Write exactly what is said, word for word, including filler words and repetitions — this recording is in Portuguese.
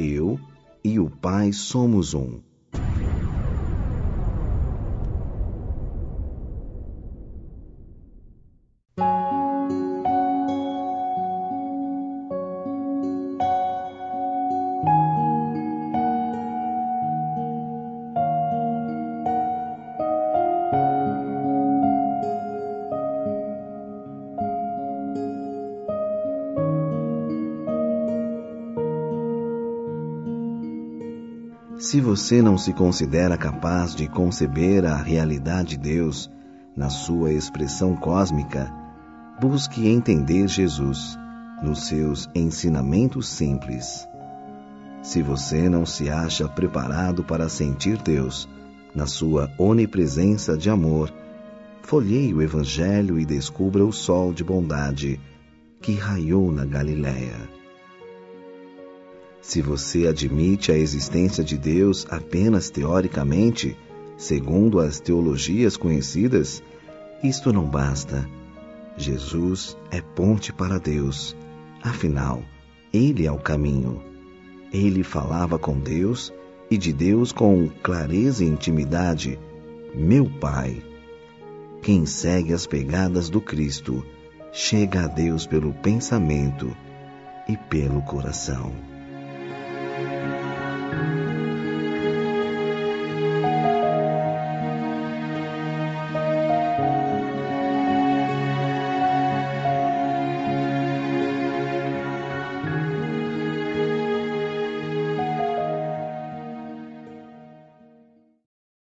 Eu e o Pai somos um. Se você não se considera capaz de conceber a realidade de Deus na sua expressão cósmica, busque entender Jesus nos seus ensinamentos simples. Se você não se acha preparado para sentir Deus na sua onipresença de amor, folheie o Evangelho e descubra o sol de bondade que raiou na Galileia. Se você admite a existência de Deus apenas teoricamente, segundo as teologias conhecidas, isto não basta. Jesus é ponte para Deus. Afinal, Ele é o caminho. Ele falava com Deus e de Deus com clareza e intimidade. Meu Pai. Quem segue as pegadas do Cristo chega a Deus pelo pensamento e pelo coração.